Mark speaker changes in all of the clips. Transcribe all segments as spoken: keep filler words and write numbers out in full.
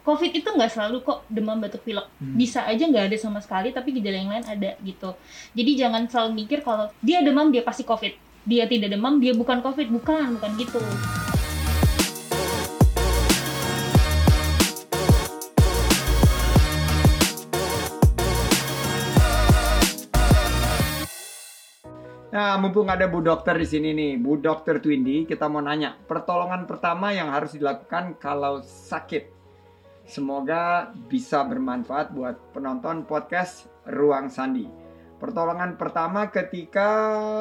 Speaker 1: COVID itu nggak selalu kok demam batuk pilek, hmm. bisa aja nggak ada sama sekali tapi gejala yang lain ada gitu. Jadi jangan selalu mikir kalau dia demam dia pasti COVID, dia tidak demam dia bukan COVID, bukan bukan gitu.
Speaker 2: Nah, mumpung ada Bu Dokter di sini nih, Bu Dokter Twindy, kita mau nanya, pertolongan pertama yang harus dilakukan kalau sakit. Semoga bisa bermanfaat buat penonton podcast Ruang Sandi. Pertolongan pertama ketika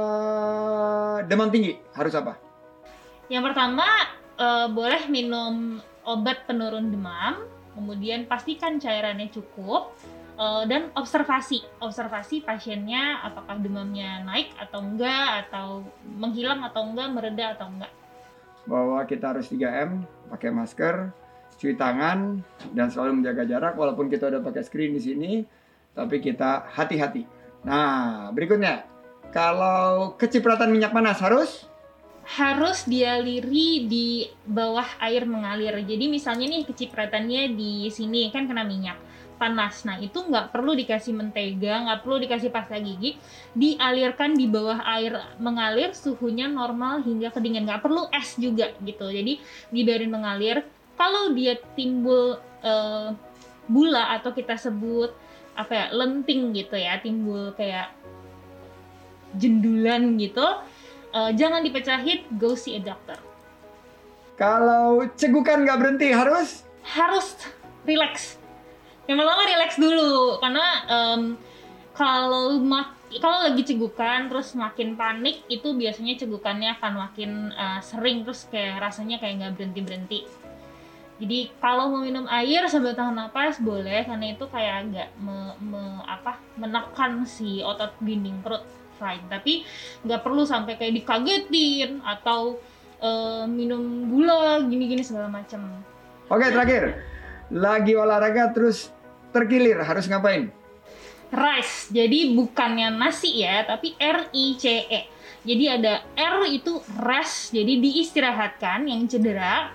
Speaker 2: demam tinggi, harus apa?
Speaker 1: Yang pertama, uh, boleh minum obat penurun demam, kemudian pastikan cairannya cukup. Uh, dan observasi, observasi pasiennya apakah demamnya naik atau enggak, atau menghilang atau enggak, mereda atau enggak.
Speaker 2: Bahwa kita harus tiga M, pakai masker, cuci tangan, dan selalu menjaga jarak walaupun kita udah pakai screen di sini, tapi kita hati-hati. Nah, berikutnya, kalau kecipratan minyak panas harus?
Speaker 1: Harus dialiri di bawah air mengalir. Jadi misalnya nih kecipratannya di sini kan kena minyak panas, nah itu nggak perlu dikasih mentega, nggak perlu dikasih pasta gigi, dialirkan di bawah air mengalir, suhunya normal hingga kedingin, nggak perlu es juga gitu. Jadi dibiarin mengalir. Kalau dia timbul uh, bula atau kita sebut apa ya, lenting gitu ya, timbul kayak jendulan gitu, uh, jangan dipecahin, go see a doctor.
Speaker 2: Kalau cegukan nggak berhenti harus?
Speaker 1: Harus relax. Yang pertama relax dulu, karena um, kalau mak- kalau lagi cegukan terus makin panik, itu biasanya cegukannya akan makin uh, sering, terus kayak rasanya kayak nggak berhenti-berhenti. Jadi kalau mau minum air sambil tahan napas boleh, karena itu kayak agak me- me- apa, menekan si otot dinding perut, fine. Tapi nggak perlu sampai kayak dikagetin atau uh, minum gula gini-gini segala macam.
Speaker 2: Oke, terakhir, lagi olahraga terus terkilir, harus ngapain?
Speaker 1: Rice, jadi bukannya nasi ya, tapi R I C E. Jadi ada R itu rest, jadi diistirahatkan yang cedera.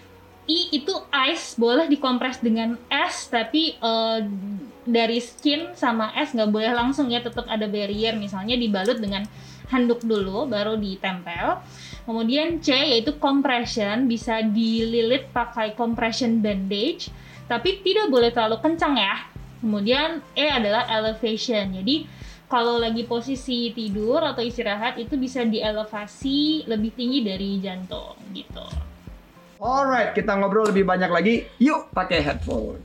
Speaker 1: I itu ice, boleh dikompres dengan es, tapi uh, dari skin sama es nggak boleh langsung ya, tetap ada barrier, misalnya dibalut dengan handuk dulu, baru ditempel. Kemudian C yaitu compression, bisa dililit pakai compression bandage, tapi tidak boleh terlalu kencang ya. Kemudian E adalah elevation, jadi kalau lagi posisi tidur atau istirahat itu bisa dielevasi lebih tinggi dari jantung gitu.
Speaker 2: Alright, kita ngobrol lebih banyak lagi. Yuk pakai headphone.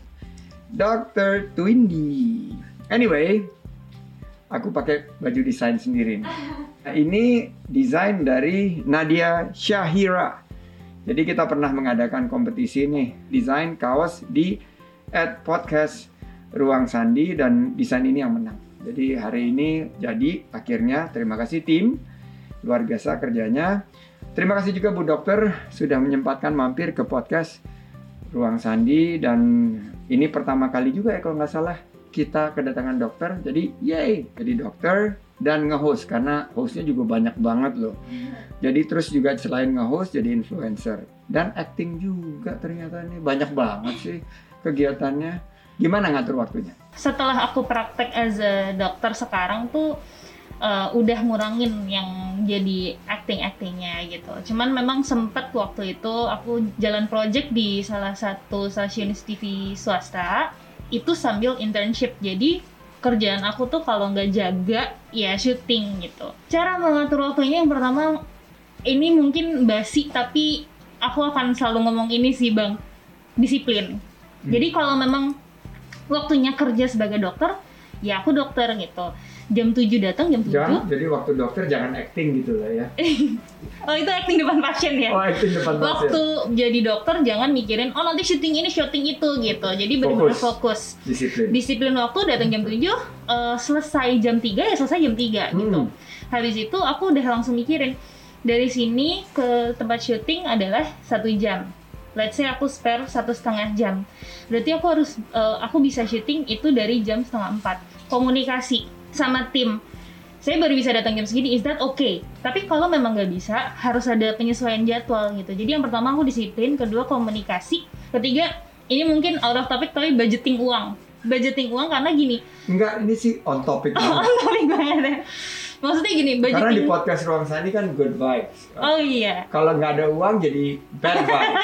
Speaker 2: Dokter Twindy. Anyway, aku pakai baju desain sendiri nih. Nah, ini desain dari Nadia Syahira. Jadi kita pernah mengadakan kompetisi nih, desain kaos di at podcast Ruang Sandi, dan desain ini yang menang. Jadi hari ini jadi akhirnya, terima kasih tim, luar biasa kerjanya. Terima kasih juga Bu Dokter sudah menyempatkan mampir ke podcast Ruang Sandi, dan ini pertama kali juga ya kalau nggak salah kita kedatangan dokter. Jadi yay, jadi dokter dan nge-host, karena hostnya juga banyak banget loh. Jadi terus juga selain nge-host jadi influencer dan acting juga, ternyata ini banyak banget sih kegiatannya. Gimana ngatur waktunya?
Speaker 1: Setelah aku praktek as a dokter sekarang tuh uh, udah ngurangin yang jadi acting-actingnya gitu. Cuman memang sempet waktu itu aku jalan project di salah satu stasiun T V swasta itu sambil internship. Jadi kerjaan aku tuh kalau nggak jaga ya syuting gitu. Cara mengatur waktunya yang pertama, ini mungkin basi tapi aku akan selalu ngomong ini sih Bang, disiplin. Hmm. Jadi kalau memang waktunya kerja sebagai dokter, ya aku dokter gitu. Jam tujuh datang, jam tujuh.
Speaker 2: Jangan, jadi waktu dokter jangan acting gitu lah ya.
Speaker 1: Oh itu acting depan pasien ya?
Speaker 2: Oh acting depan pasien.
Speaker 1: Waktu jadi dokter jangan mikirin, oh nanti syuting ini, syuting itu gitu. Jadi benar-benar fokus.
Speaker 2: Disiplin.
Speaker 1: Disiplin waktu, datang jam tujuh, uh, selesai jam tiga ya selesai jam tiga hmm. gitu. Habis itu aku udah langsung mikirin, dari sini ke tempat syuting adalah satu jam. Let's say aku spare satu setengah jam. Berarti aku harus, uh, aku bisa syuting itu dari jam setengah empat. Komunikasi sama tim. Saya baru bisa datang jam segini, is that okay? Tapi kalau memang nggak bisa, harus ada penyesuaian jadwal gitu. Jadi yang pertama aku disiplin, kedua komunikasi, ketiga ini mungkin out of topic tapi budgeting uang. Budgeting uang karena gini.
Speaker 2: Enggak, ini sih on topic
Speaker 1: Oh, on topic banget ya. Maksudnya gini, budgeting.
Speaker 2: Karena di podcast Ruang Sandi kan good vibes.
Speaker 1: Oh iya.
Speaker 2: Kalau nggak ada uang jadi bad vibes.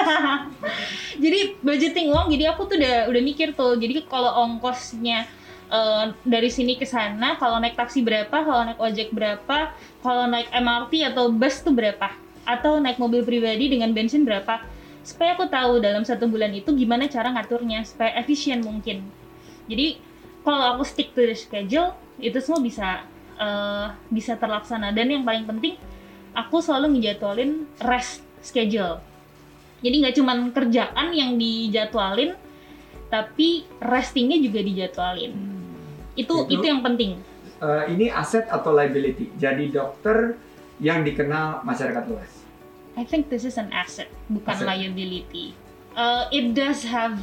Speaker 1: Jadi budgeting uang, jadi aku tuh udah udah mikir tuh. Jadi kalau ongkosnya uh, dari sini ke sana, kalau naik taksi berapa, kalau naik ojek berapa, kalau naik M R T atau bus tuh berapa, atau naik mobil pribadi dengan bensin berapa. Supaya aku tahu dalam satu bulan itu gimana cara ngaturnya supaya efisien mungkin. Jadi kalau aku stick to the schedule, itu semua bisa uh, bisa terlaksana. Dan yang paling penting, aku selalu ngejadwalin rest schedule. Jadi nggak cuma kerjaan yang dijadwalin, tapi restingnya juga dijadwalin. Hmm. Itu, itu itu yang penting.
Speaker 2: Uh, ini aset atau liability? Jadi dokter yang dikenal masyarakat luas.
Speaker 1: I think this is an asset, bukan
Speaker 2: asset.
Speaker 1: liability. Uh, it does have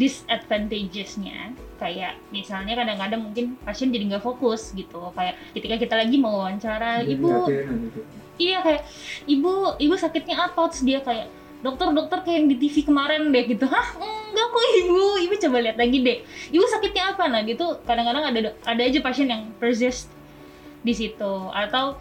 Speaker 1: disadvantages-nya, kayak misalnya kadang-kadang mungkin pasien jadi nggak fokus gitu, kayak ketika kita lagi mau wawancara,
Speaker 2: jadi
Speaker 1: ibu,
Speaker 2: gitu.
Speaker 1: iya kayak ibu, ibu sakitnya apa, terus dia kayak dokter-dokter kayak yang di T V kemarin deh gitu, hah enggak kok ibu, ibu coba lihat lagi deh, ibu sakitnya apa, nah gitu kadang-kadang ada ada aja pasien yang persist di situ, atau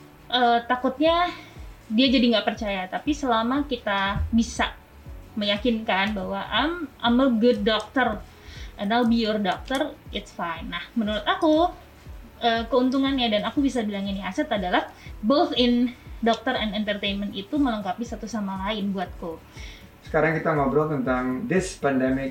Speaker 1: uh, takutnya dia jadi nggak percaya, tapi selama kita bisa meyakinkan bahwa I'm I'm a good doctor and I'll be your doctor, it's fine. Nah, menurut aku uh, keuntungannya dan aku bisa bilang ini aset adalah both in doctor and entertainment itu melengkapi satu sama lain buatku.
Speaker 2: Sekarang kita ngobrol tentang this pandemic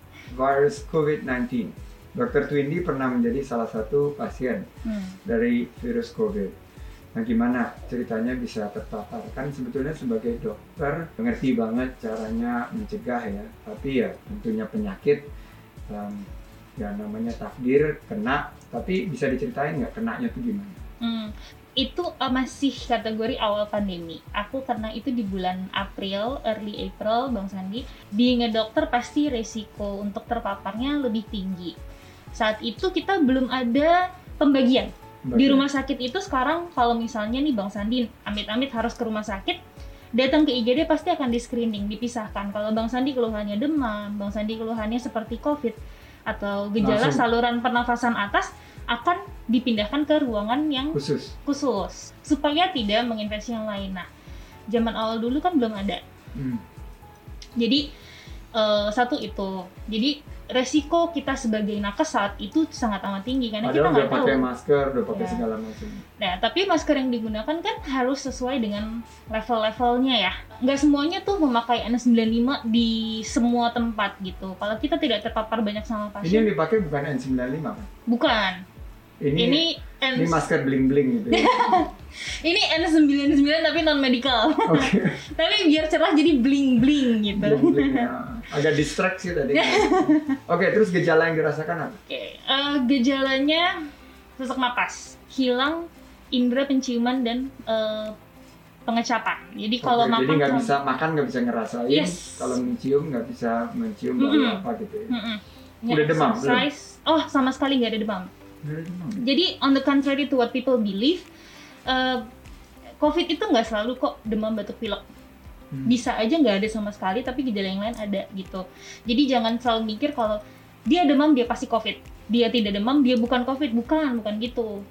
Speaker 2: virus covid sembilan belas. dokter Twindy pernah menjadi salah satu pasien hmm. dari virus COVID. Nah, gimana ceritanya bisa terpapar? Kan sebetulnya sebagai dokter ngerti banget caranya mencegah ya, tapi ya tentunya penyakit um, ya namanya takdir kena, tapi bisa diceritain nggak kenanya tuh gimana?
Speaker 1: Hmm, itu uh, masih kategori awal pandemi. Aku karena itu di bulan April, early April, Bang Sandi. Being a dokter pasti resiko untuk terpaparnya lebih tinggi. Saat itu kita belum ada pembagian. Di rumah sakit itu sekarang kalau misalnya nih Bang Sandi amit-amit harus ke rumah sakit, datang ke I G D pasti akan di screening, dipisahkan. Kalau Bang Sandi keluhannya demam, Bang Sandi keluhannya seperti COVID atau gejala langsung saluran pernafasan atas, akan dipindahkan ke ruangan yang
Speaker 2: khusus
Speaker 1: khusus supaya tidak menginfeksi yang lain. Nah, zaman awal dulu kan belum ada. Hmm. Jadi uh, satu itu. Jadi resiko kita sebagai nakes saat itu sangat amat tinggi karena
Speaker 2: padahal
Speaker 1: kita nggak tahu.
Speaker 2: Udah pakai masker, udah pakai ya. segala macam.
Speaker 1: Nah, tapi masker yang digunakan kan harus sesuai dengan level-levelnya ya. Nggak semuanya tuh memakai N sembilan lima di semua tempat gitu. Kalau kita tidak terpapar banyak sama pasien.
Speaker 2: Ini yang dipakai bukan N sembilan lima kan?
Speaker 1: Bukan.
Speaker 2: Ini
Speaker 1: ini, N...
Speaker 2: ini masker bling-bling gitu ya.
Speaker 1: Ini N sembilan sembilan tapi non medical. Okay. Tapi biar cerah jadi bling-bling gitu.
Speaker 2: Bling-bling ya. Agak distract sih tadi. Oke, okay, terus gejala yang dirasakan apa?
Speaker 1: Oke, okay. uh, gejalanya sesak napas, hilang indera penciuman dan uh, pengecapan. Jadi kalau
Speaker 2: okay,
Speaker 1: makan
Speaker 2: jadi nggak bisa makan, nggak bisa ngerasain.
Speaker 1: Yes.
Speaker 2: Kalau mencium nggak bisa mencium bau mm-hmm. apa gitu ya. Mm-hmm.
Speaker 1: Ya,
Speaker 2: udah demam belum?
Speaker 1: Oh, sama sekali nggak ada demam.
Speaker 2: Nggak ada demam.
Speaker 1: Jadi on the contrary to what people believe, uh, COVID itu nggak selalu kok demam batuk pilek. Hmm. Bisa aja nggak ada sama sekali, tapi gejala yang lain ada gitu. Jadi jangan selalu mikir kalau dia demam dia pasti COVID. Dia tidak demam dia bukan COVID, bukan, bukan gitu.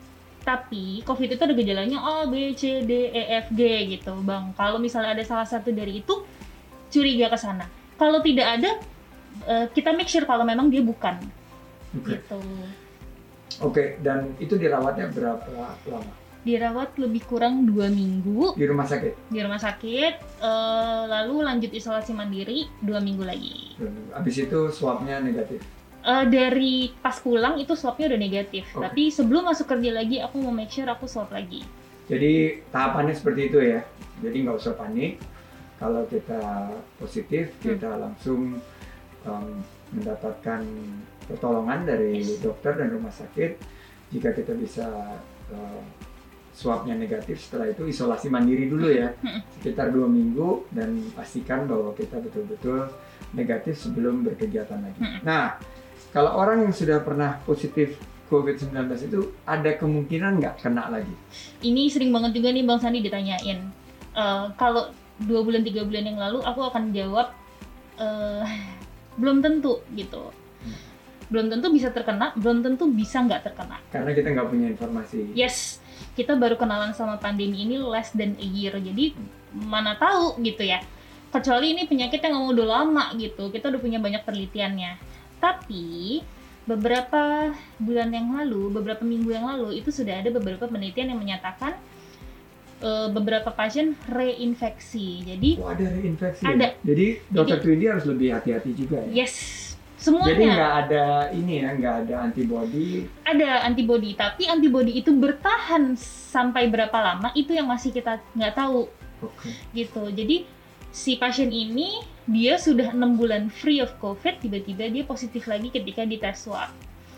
Speaker 1: Tapi COVID itu ada gejalanya A, B, C, D, E, F, G gitu, Bang. Kalau misalnya ada salah satu dari itu, curiga ke sana. Kalau tidak ada, kita make sure kalau memang dia bukan.
Speaker 2: Okay.
Speaker 1: Gitu.
Speaker 2: Oke, okay, dan itu dirawatnya berapa lama?
Speaker 1: Dirawat lebih kurang dua minggu
Speaker 2: di rumah sakit.
Speaker 1: Di rumah sakit, uh, lalu lanjut isolasi mandiri dua minggu lagi.
Speaker 2: Abis itu swabnya negatif.
Speaker 1: Uh, dari pas pulang itu swabnya udah negatif, okay. Tapi sebelum masuk kerja lagi aku mau make sure aku swab lagi.
Speaker 2: Jadi tahapannya seperti itu ya. Jadi nggak usah panik. Kalau kita positif, hmm. kita langsung um, mendapatkan pertolongan dari yes. dokter dan rumah sakit. Jika kita bisa uh, swabnya negatif, setelah itu isolasi mandiri dulu ya, sekitar dua minggu dan pastikan bahwa kita betul-betul negatif sebelum berkegiatan lagi. Nah, kalau orang yang sudah pernah positif covid sembilan belas itu ada kemungkinan nggak kena lagi?
Speaker 1: Ini sering banget juga nih Bang Sandi ditanyain. Uh, kalau dua bulan tiga bulan yang lalu aku akan jawab uh, belum tentu gitu. Belum tentu bisa terkena, belum tentu bisa nggak terkena.
Speaker 2: Karena kita nggak punya informasi.
Speaker 1: Yes, kita baru kenalan sama pandemi ini less than a year, jadi mana tahu gitu ya. Kecuali ini penyakit yang udah lama gitu, kita udah punya banyak penelitiannya. Tapi beberapa bulan yang lalu, beberapa minggu yang lalu itu sudah ada beberapa penelitian yang menyatakan uh, beberapa pasien reinfeksi. Jadi
Speaker 2: oh, ada reinfeksi.
Speaker 1: Ada.
Speaker 2: Ya? Jadi dokter
Speaker 1: Jadi,
Speaker 2: Twindy harus lebih hati-hati juga ya.
Speaker 1: Yes, semuanya.
Speaker 2: Jadi nggak ada ini ya, nggak ada antibody.
Speaker 1: Ada antibody, tapi antibody itu bertahan sampai berapa lama itu yang masih kita nggak tahu.
Speaker 2: Oke.
Speaker 1: Gitu. Jadi si pasien ini dia sudah enam bulan free of COVID, tiba-tiba dia positif lagi ketika dites swab.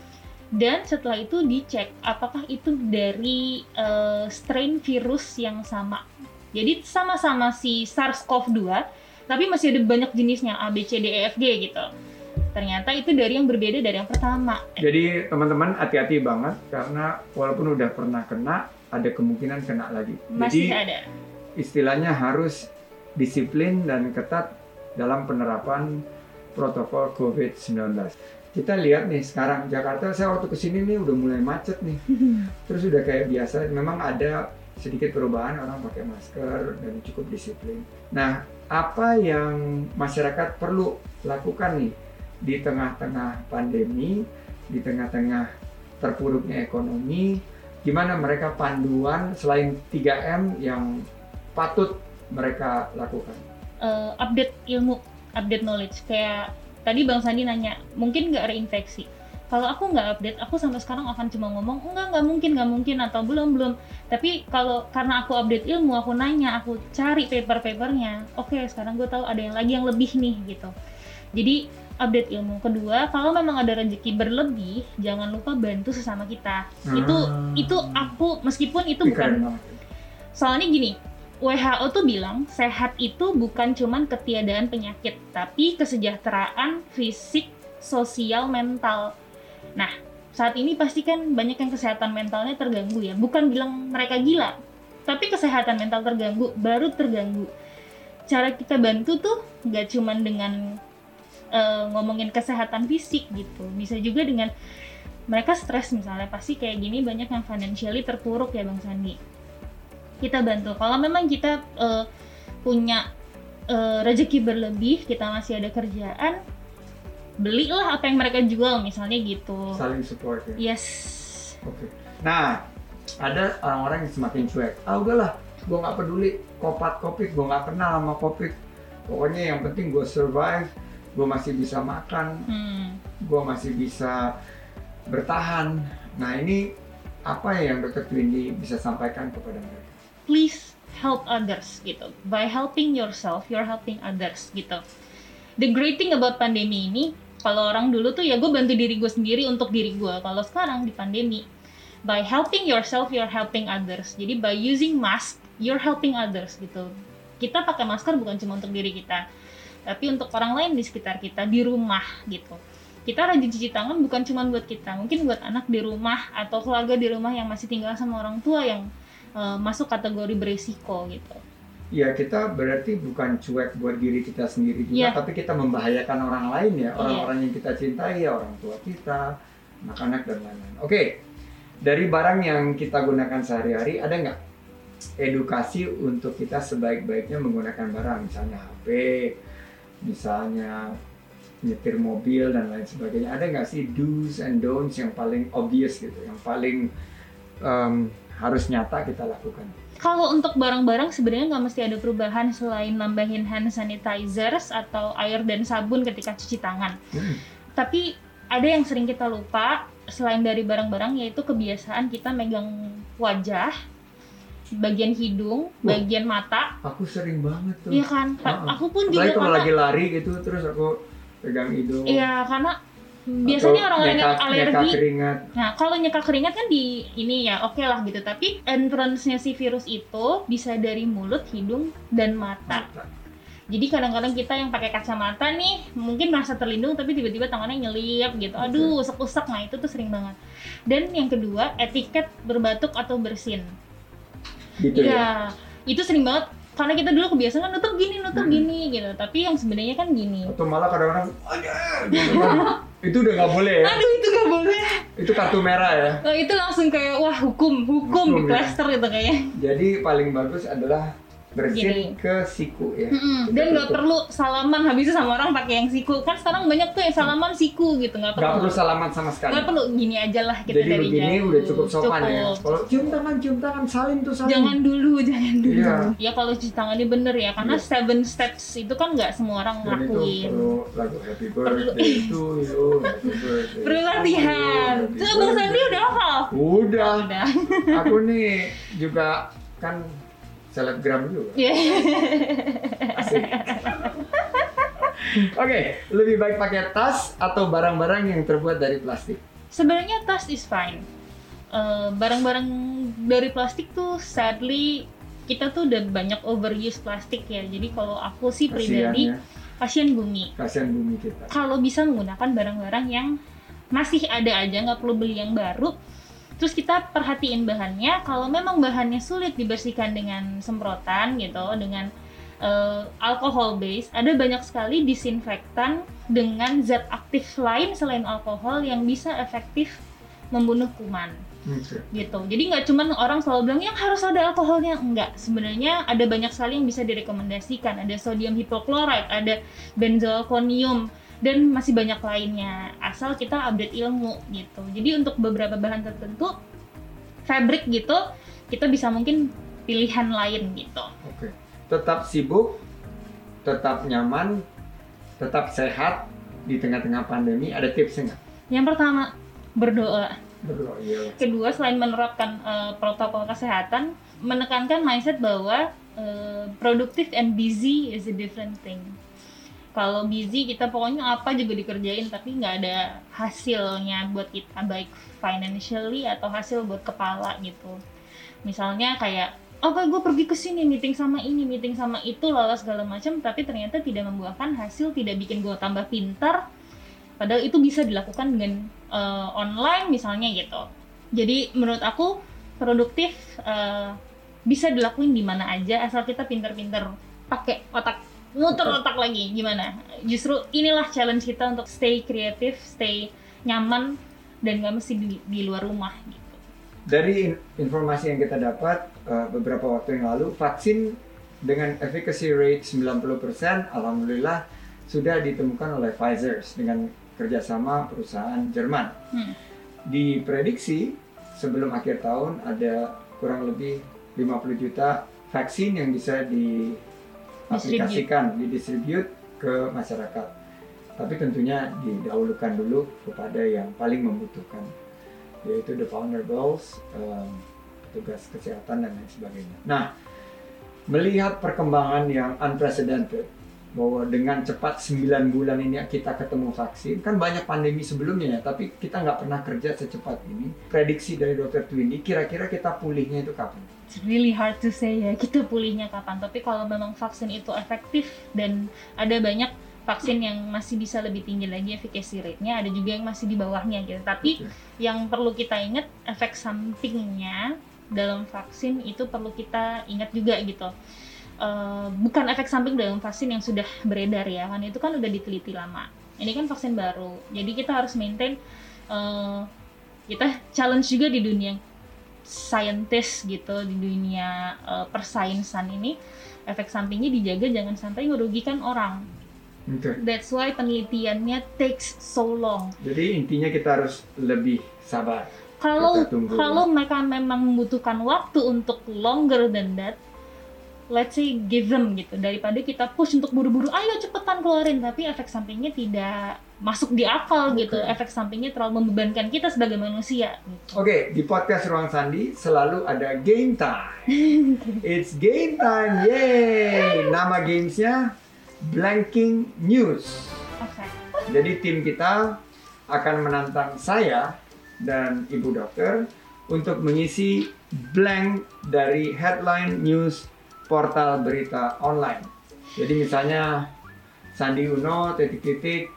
Speaker 1: Dan setelah itu dicek apakah itu dari uh, strain virus yang sama. Jadi sama-sama si SARS-CoV dua, tapi masih ada banyak jenisnya A, B, C, D, E, F, G gitu. Ternyata itu dari yang berbeda dari yang pertama.
Speaker 2: Jadi teman-teman hati-hati banget karena walaupun udah pernah kena, ada kemungkinan kena lagi.
Speaker 1: Masih
Speaker 2: Jadi
Speaker 1: ada.
Speaker 2: istilahnya harus disiplin dan ketat dalam penerapan protokol covid sembilan belas. Kita lihat nih sekarang Jakarta, saya waktu kesini nih udah mulai macet nih. Terus udah kayak biasa, memang ada sedikit perubahan, orang pakai masker dan cukup disiplin. Nah, apa yang masyarakat perlu lakukan nih di tengah-tengah pandemi, di tengah-tengah terpuruknya ekonomi, gimana mereka panduan selain tiga M yang patut mereka lakukan?
Speaker 1: Uh, update ilmu, update knowledge. Kayak tadi Bang Sandi nanya, mungkin nggak reinfeksi? Kalau aku nggak update, aku sampai sekarang akan cuma ngomong, enggak, nggak mungkin, nggak mungkin, atau belum, belum. Tapi kalau karena aku update ilmu, aku nanya, aku cari paper-papernya, oke, okay, sekarang gue tahu ada yang lagi yang lebih nih, gitu. Jadi, update ilmu. Kedua, kalau memang ada rezeki berlebih, jangan lupa bantu sesama kita. Hmm. Itu, itu aku, meskipun itu bukan... Soalnya gini, W H O tuh bilang sehat itu bukan cuman ketiadaan penyakit, tapi kesejahteraan fisik, sosial, mental. Nah, saat ini pasti kan banyak yang kesehatan mentalnya terganggu ya. Bukan bilang mereka gila, tapi kesehatan mental terganggu, baru terganggu. Cara kita bantu tuh nggak cuman dengan uh, ngomongin kesehatan fisik gitu. Bisa juga dengan mereka stres misalnya, pasti kayak gini banyak yang financially terpuruk ya Bang Sandi. Kita bantu. Kalau memang kita uh, punya uh, rezeki berlebih, kita masih ada kerjaan, belilah apa yang mereka jual, misalnya gitu.
Speaker 2: Saling support ya?
Speaker 1: Yes.
Speaker 2: Oke. Okay. Nah, ada orang-orang yang semakin cuek. Ah udahlah, gue nggak peduli kopat kopik, gue nggak kenal sama kopik. Pokoknya yang penting gue survive, gue masih bisa makan, hmm. gue masih bisa bertahan. Nah ini apa yang dokter Twindy bisa sampaikan kepada mereka?
Speaker 1: Please help others gitu. By helping yourself, you're helping others gitu. The great thing about pandemi ini, kalau orang dulu tuh ya gue bantu diri gue sendiri untuk diri gue. Kalau sekarang di pandemi, by helping yourself, you're helping others. Jadi by using mask, you're helping others gitu. Kita pakai masker bukan cuma untuk diri kita, tapi untuk orang lain di sekitar kita, di rumah gitu. Kita rajin cuci tangan bukan cuma buat kita, mungkin buat anak di rumah atau keluarga di rumah yang masih tinggal sama orang tua yang Uh, masuk kategori beresiko gitu.
Speaker 2: Ya kita berarti bukan cuek buat diri kita sendiri juga, yeah. tapi kita membahayakan orang lain ya, orang-orang yeah. yang kita cintai, ya, orang tua kita, anak-anak dan lain-lain. Oke, okay. Dari barang yang kita gunakan sehari-hari, ada nggak edukasi untuk kita sebaik-baiknya menggunakan barang, misalnya H P, misalnya nyetir mobil dan lain sebagainya. Ada nggak sih do's and don'ts yang paling obvious gitu, yang paling um, harus nyata kita lakukan?
Speaker 1: Kalau untuk barang-barang sebenarnya nggak mesti ada perubahan selain nambahin hand sanitizers atau air dan sabun ketika cuci tangan. Hmm. Tapi ada yang sering kita lupa selain dari barang-barang, yaitu kebiasaan kita megang wajah, bagian hidung, Wah, bagian mata.
Speaker 2: Aku sering banget tuh.
Speaker 1: Iya kan? Uh-uh. Aku pun
Speaker 2: Apalagi
Speaker 1: juga
Speaker 2: kalau
Speaker 1: karena
Speaker 2: lagi lari gitu terus aku pegang hidung.
Speaker 1: Iya, karena biasanya orang-orang yang alergi,
Speaker 2: keringat.
Speaker 1: Nah kalau nyeka keringat kan di ini ya oke okay lah gitu, tapi entrance-nya si virus itu bisa dari mulut, hidung, dan mata. mata. Jadi kadang-kadang kita yang pakai kacamata nih mungkin merasa terlindung, tapi tiba-tiba tangannya nyelip gitu, aduh usek-usek, nah itu tuh sering banget. Dan yang kedua, etiket berbatuk atau bersin.
Speaker 2: Gitu
Speaker 1: ya, ya? Itu sering banget karena kita dulu kebiasaan kan nutup gini, nutup hmm. gini gitu. Tapi yang sebenarnya kan gini.
Speaker 2: Atau malah kadang-kadang aja gitu kan. Itu udah nggak boleh ya.
Speaker 1: Aduh, itu nggak boleh.
Speaker 2: Itu kartu merah ya.
Speaker 1: Oh, itu langsung kayak wah hukum, hukum, hukum di plaster ya. Gitu kayaknya.
Speaker 2: Jadi paling bagus adalah bersin ke siku ya.
Speaker 1: Mm-mm. Dan nggak perlu salaman habisnya sama orang pakai yang siku. Kan sekarang banyak tuh yang salaman siku gitu, nggak perlu.
Speaker 2: Nggak perlu salaman sama sekali.
Speaker 1: Nggak perlu, gini aja lah kita
Speaker 2: jadi
Speaker 1: dari jauh.
Speaker 2: Jadi begini udah cukup sopan
Speaker 1: cukup.
Speaker 2: ya. Kalau cium tangan, cium tangan, salim tuh salim.
Speaker 1: Jangan dulu, jangan dulu.
Speaker 2: Iya.
Speaker 1: Ya kalau cuci tangannya bener ya, karena
Speaker 2: iya.
Speaker 1: seven steps itu kan nggak semua orang
Speaker 2: dan
Speaker 1: lakuin.
Speaker 2: Itu perlu lagu happy birthday to you, happy birthday.
Speaker 1: Perlu latihan. Tuh Bang Sandi udah hafal?
Speaker 2: Udah.
Speaker 1: Udah.
Speaker 2: Aku nih juga kan selebgram juga.
Speaker 1: Yeah.
Speaker 2: Asik. Oke, okay, lebih baik pakai tas atau barang-barang yang terbuat dari plastik?
Speaker 1: Sebenarnya tas is fine. Uh, barang-barang dari plastik tuh sadly kita tuh udah banyak overuse plastik ya. Jadi kalau aku sih pribadi kasihan bumi.
Speaker 2: Kasihan bumi kita.
Speaker 1: Kalau bisa menggunakan barang-barang yang masih ada aja, nggak perlu beli yang baru. Terus kita perhatiin bahannya, kalau memang bahannya sulit dibersihkan dengan semprotan gitu, dengan uh, alkohol base, ada banyak sekali disinfektan dengan zat aktif lain selain alkohol yang bisa efektif membunuh kuman. Okay. Gitu. Jadi nggak cuma orang selalu bilang yang harus ada alkoholnya, enggak. Sebenarnya ada banyak sekali yang bisa direkomendasikan. Ada sodium hipochlorite, ada benzalkonium, dan masih banyak lainnya, asal kita update ilmu gitu. Jadi untuk beberapa bahan tertentu, fabric gitu, kita bisa mungkin pilihan lain gitu.
Speaker 2: Oke, tetap sibuk, tetap nyaman, tetap sehat di tengah-tengah pandemi. Ada tipsnya nggak?
Speaker 1: Yang pertama, berdoa.
Speaker 2: Berdoa, iya.
Speaker 1: Kedua, selain menerapkan uh, protokol kesehatan, menekankan mindset bahwa uh, productive and busy is a different thing. Kalau busy kita pokoknya apa juga dikerjain tapi nggak ada hasilnya buat kita, baik financially atau hasil buat kepala gitu. Misalnya kayak, oke okay, gue pergi ke sini meeting sama ini, meeting sama itu, lala segala macam, tapi ternyata tidak membuahkan hasil, tidak bikin gue tambah pintar. Padahal itu bisa dilakukan dengan uh, online misalnya gitu. Jadi menurut aku produktif uh, bisa dilakuin di mana aja asal kita pintar-pintar pakai otak. Muter otak lagi, gimana? Justru inilah challenge kita untuk stay kreatif, stay nyaman, dan gak mesti di, di luar rumah gitu.
Speaker 2: Dari informasi yang kita dapat uh, beberapa waktu yang lalu, vaksin dengan efficacy rate sembilan puluh persen, alhamdulillah sudah ditemukan oleh Pfizer dengan kerjasama perusahaan Jerman. Hmm. Diprediksi sebelum akhir tahun ada kurang lebih lima puluh juta vaksin yang bisa di aplikasikan, didistribute ke masyarakat. Tapi tentunya didahulukan dulu kepada yang paling membutuhkan, yaitu the vulnerables, um, petugas kesehatan dan lain sebagainya. Nah, melihat perkembangan yang unprecedented, bahwa dengan cepat sembilan bulan ini kita ketemu vaksin, kan banyak pandemi sebelumnya ya, tapi kita nggak pernah kerja secepat ini. Prediksi dari dokter Twindy, kira-kira kita pulihnya itu kapan?
Speaker 1: It's really hard to say ya, kita pulihnya kapan. Tapi kalau memang vaksin itu efektif dan ada banyak vaksin yang masih bisa lebih tinggi lagi efficacy rate-nya, ada juga yang masih di bawahnya gitu. Tapi okay, yang perlu kita ingat, efek sampingnya dalam vaksin itu perlu kita ingat juga gitu. Uh, bukan efek samping dalam vaksin yang sudah beredar ya, kan itu kan udah diteliti lama. Ini kan vaksin baru, jadi kita harus maintain, uh, kita challenge juga di dunia scientist gitu, di dunia uh, persainsan ini, efek sampingnya dijaga jangan sampai merugikan orang.
Speaker 2: Okay.
Speaker 1: That's why penelitiannya takes so long.
Speaker 2: Jadi intinya kita harus lebih sabar.
Speaker 1: Kalau kalau mereka memang membutuhkan waktu untuk longer than that, let's say give them gitu, daripada kita push untuk buru-buru, ayo cepetan keluarin, tapi efek sampingnya tidak masuk di akal okay, gitu, efek sampingnya terlalu membebankan kita sebagai manusia gitu.
Speaker 2: Oke, okay, di podcast Ruang Sandi selalu ada game time. It's game time, yay! Nama gamesnya Blanking News.
Speaker 1: Okay.
Speaker 2: Jadi tim kita akan menantang saya dan Ibu Dokter untuk mengisi blank dari headline news portal berita online. Jadi misalnya Sandi Uno titik-titik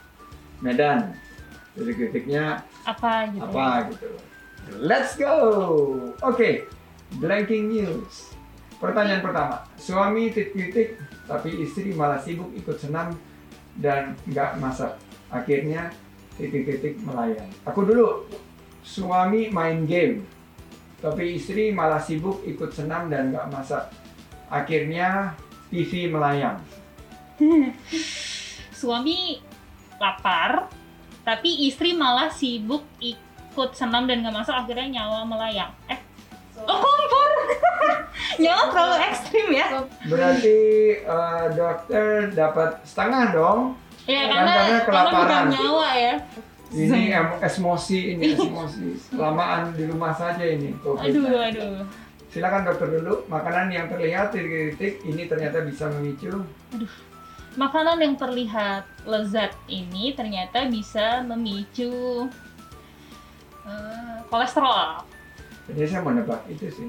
Speaker 2: Medan, titik-titiknya
Speaker 1: apa gitu.
Speaker 2: Apa gitu. Let's go. Oke, okay. Blanking news. Pertanyaan pertama, suami titik-titik tapi istri malah sibuk ikut senam dan nggak masak. Akhirnya titik-titik melayang. Aku dulu, suami main game tapi istri malah sibuk ikut senam dan nggak masak. Akhirnya T V melayang.
Speaker 1: Suami lapar, tapi istri malah sibuk ikut senam dan nggak masak, akhirnya nyawa melayang. Eh, oh kompor. Nyawa terlalu ekstrim ya.
Speaker 2: Berarti uh, dokter dapat setengah dong.
Speaker 1: Ya
Speaker 2: Kan
Speaker 1: karena,
Speaker 2: karena
Speaker 1: karena
Speaker 2: kelaparan.
Speaker 1: bukan nyawa ya.
Speaker 2: Ini em- emosi, ini emosi. Kelamaan di rumah saja ini. COVID.
Speaker 1: Aduh, aduh.
Speaker 2: Silakan dokter dulu. Makanan yang terlihat titik-titik ini ternyata bisa memicu.
Speaker 1: Makanan yang terlihat lezat ini ternyata bisa memicu eh, kolesterol.
Speaker 2: Jadi saya mau nebak itu sih.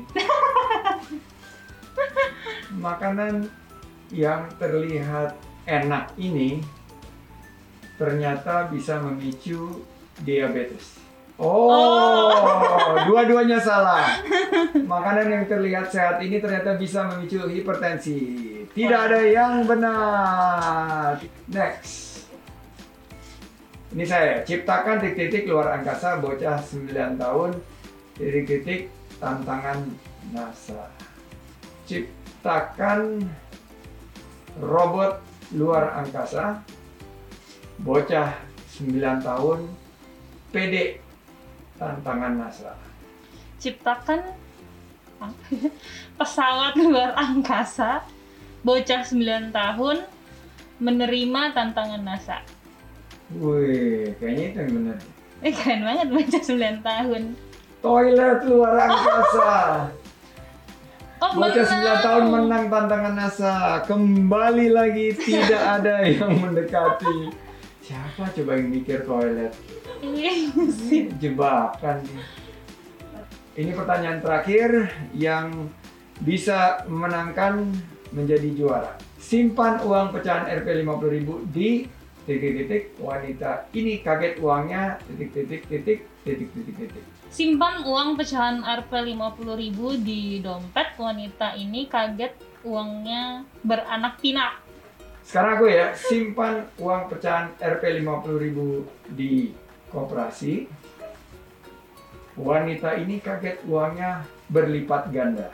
Speaker 2: Makanan yang terlihat enak ini ternyata bisa memicu diabetes. Oh,
Speaker 1: Oh.
Speaker 2: dua-duanya salah. Makanan yang terlihat sehat ini ternyata bisa memicu hipertensi. Tidak ada yang benar. Next. Ini saya, ciptakan titik-titik luar angkasa bocah sembilan tahun, titik-titik tantangan NASA. Ciptakan robot luar angkasa bocah sembilan tahun, pede tantangan NASA.
Speaker 1: Ciptakan apa ya? Pesawat luar angkasa bocah sembilan tahun menerima tantangan NASA.
Speaker 2: Wih, kayaknya itu yang benar.
Speaker 1: Eh keren banget bocah sembilan tahun.
Speaker 2: Toilet luar angkasa.
Speaker 1: Oh,
Speaker 2: Bocah sembilan
Speaker 1: menang.
Speaker 2: tahun menang tantangan NASA. Kembali lagi tidak ada yang mendekati. Siapa coba yang mikir toilet?
Speaker 1: Iya.
Speaker 2: Ini jebakan nih. Ini pertanyaan terakhir yang bisa memenangkan menjadi juara. Simpan uang pecahan R P lima puluh ribu di titik-titik wanita. Ini kaget uangnya titik-titik titik titik titik titik.
Speaker 1: Simpan uang pecahan R P lima puluh ribu di dompet wanita ini, kaget uangnya beranak pinak.
Speaker 2: Sekarang aku ya, simpan uang pecahan R P lima puluh ribu di koperasi. Wanita ini kaget uangnya berlipat ganda.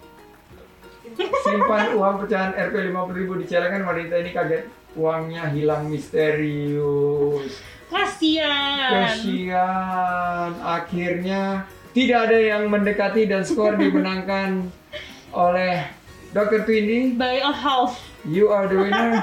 Speaker 2: Simpan uang pecahan R P lima puluh ribu di celengan, wanita ini kaget uangnya hilang misterius.
Speaker 1: Kasian.
Speaker 2: Kasian. Akhirnya tidak ada yang mendekati dan skor dimenangkan oleh dokter Twindy.
Speaker 1: By a half.
Speaker 2: You are the winner.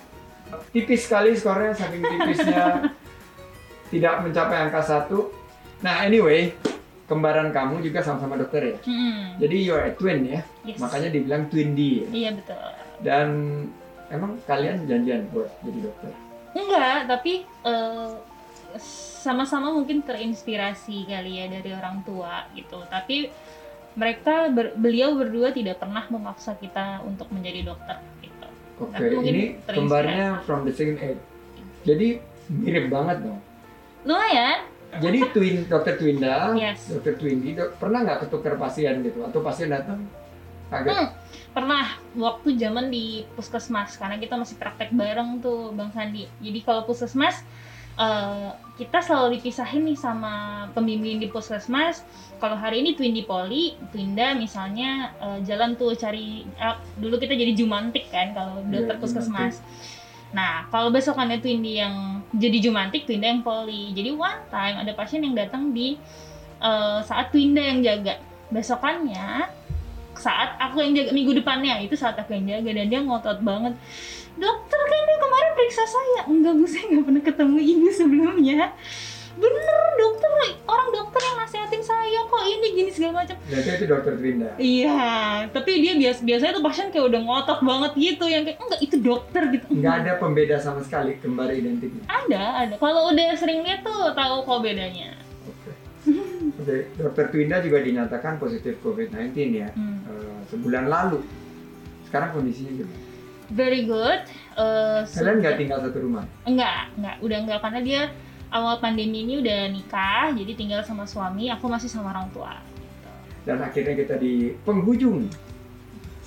Speaker 2: Tipis sekali skornya, saking tipisnya tidak mencapai angka satu. Nah, anyway, kembaran kamu juga sama-sama dokter ya.
Speaker 1: Hmm.
Speaker 2: Jadi you are a twin ya.
Speaker 1: Yes.
Speaker 2: Makanya dibilang Twindy ya.
Speaker 1: Iya betul.
Speaker 2: Dan emang kalian janjian buat jadi dokter?
Speaker 1: Enggak, tapi eh, sama-sama mungkin terinspirasi kali ya dari orang tua gitu. Tapi mereka ber- beliau berdua tidak pernah memaksa kita untuk menjadi dokter gitu.
Speaker 2: Oke,
Speaker 1: Tapi mungkin
Speaker 2: ini
Speaker 1: terinspirasi.
Speaker 2: kembarnya from the same age. Jadi mirip banget dong.
Speaker 1: Lumayan.
Speaker 2: Jadi twin dokter Twinda,
Speaker 1: Yes.
Speaker 2: dokter Twindy, dok, pernah nggak ketukar pasien gitu? Atau pasien datang kaget?
Speaker 1: Hmm, pernah waktu zaman di puskesmas, karena kita masih praktek bareng tuh Bang Sandi. Jadi kalau puskesmas eh, kita selalu dipisahin nih sama pembimbing di puskesmas. Kalau hari ini Twindy Poli, Twinda misalnya eh, jalan tuh cari eh, dulu kita jadi jumantik kan kalau dokter
Speaker 2: Iya,
Speaker 1: puskesmas. Nah, kalau besokannya Twindy yang jadi jumantik, Twinda yang poli. Jadi one time ada pasien yang datang di eh, saat Twinda yang jaga. Besokannya saat aku yang jaga, minggu depannya itu saat aku yang jaga, dan dia ngotot banget, dokter kan dia kemarin periksa saya. Enggak bu, saya nggak pernah ketemu ibu sebelumnya. Bener dokter, orang dokter yang nasihatin saya kok ini gini segala macam.
Speaker 2: Berarti itu dokter Twinda.
Speaker 1: Iya, tapi dia biasa biasanya tuh pasien kayak udah ngotot banget gitu, yang kayak enggak itu dokter gitu.
Speaker 2: Nggak ada pembeda sama sekali kembar identiknya.
Speaker 1: Ada, ada. Kalau udah sering lihat tuh tahu kok bedanya.
Speaker 2: Oke. Oke, dokter Twinda juga dinyatakan positif covid sembilan belas ya.
Speaker 1: Hmm.
Speaker 2: Eh, sebulan lalu. Sekarang kondisinya gimana?
Speaker 1: Very good. Eh,
Speaker 2: Kalian nggak
Speaker 1: sudah-
Speaker 2: tinggal satu rumah?
Speaker 1: Enggak, enggak, udah enggak, karena dia awal pandemi ini udah nikah, jadi tinggal sama suami, aku masih sama orang tua.
Speaker 2: Dan akhirnya kita di penghujung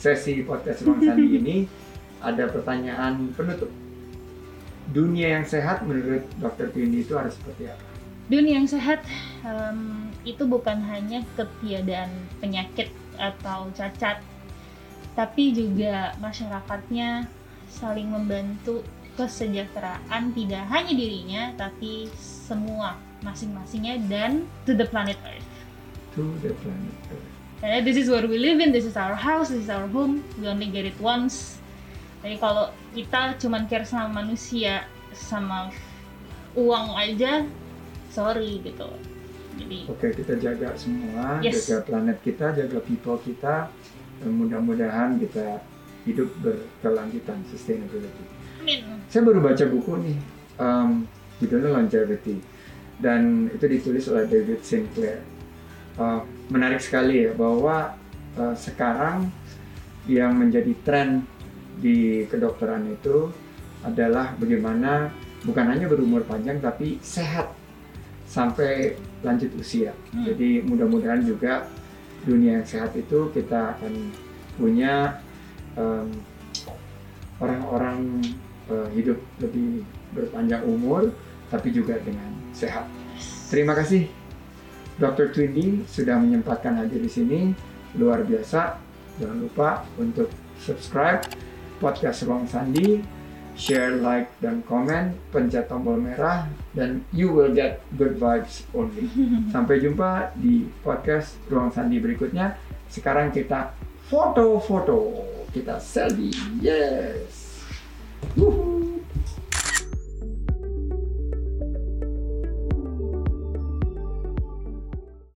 Speaker 2: sesi podcast Ruang Sandi ini ada pertanyaan penutup. Dunia yang sehat menurut dokter Twindy itu harus seperti apa?
Speaker 1: Dunia yang sehat um, itu bukan hanya ketiadaan penyakit atau cacat, tapi juga masyarakatnya saling membantu kesejahteraan tidak hanya dirinya, tapi semua masing-masingnya dan to the planet Earth.
Speaker 2: To the planet Earth.
Speaker 1: Karena this is where we live in, this is our house, this is our home, we only get it once. Jadi kalau kita cuman care sama manusia, sama uang aja, sorry gitu. Jadi
Speaker 2: oke, kita jaga semua,
Speaker 1: yes.
Speaker 2: jaga planet kita, jaga people kita, dan mudah-mudahan kita hidup berkelanjutan, sustainability.
Speaker 1: Amin.
Speaker 2: Saya baru baca buku nih, um, judulnya Longevity, dan itu ditulis oleh David Sinclair. Uh, menarik sekali ya bahwa uh, sekarang yang menjadi tren di kedokteran itu adalah bagaimana bukan hanya berumur panjang tapi sehat sampai lanjut usia. Hmm. Jadi mudah-mudahan juga dunia yang sehat itu kita akan punya um, orang-orang uh, hidup lebih berpanjang umur tapi juga dengan sehat. Terima kasih dokter Twindy sudah menyempatkan hadir di sini, luar biasa. Jangan lupa untuk subscribe podcast Ruang Sandi, share, like, dan komen, pencet tombol merah, dan you will get good vibes only. Sampai jumpa di podcast Ruang Sandi berikutnya. Sekarang kita foto-foto, kita selfie, yes. Woohoo.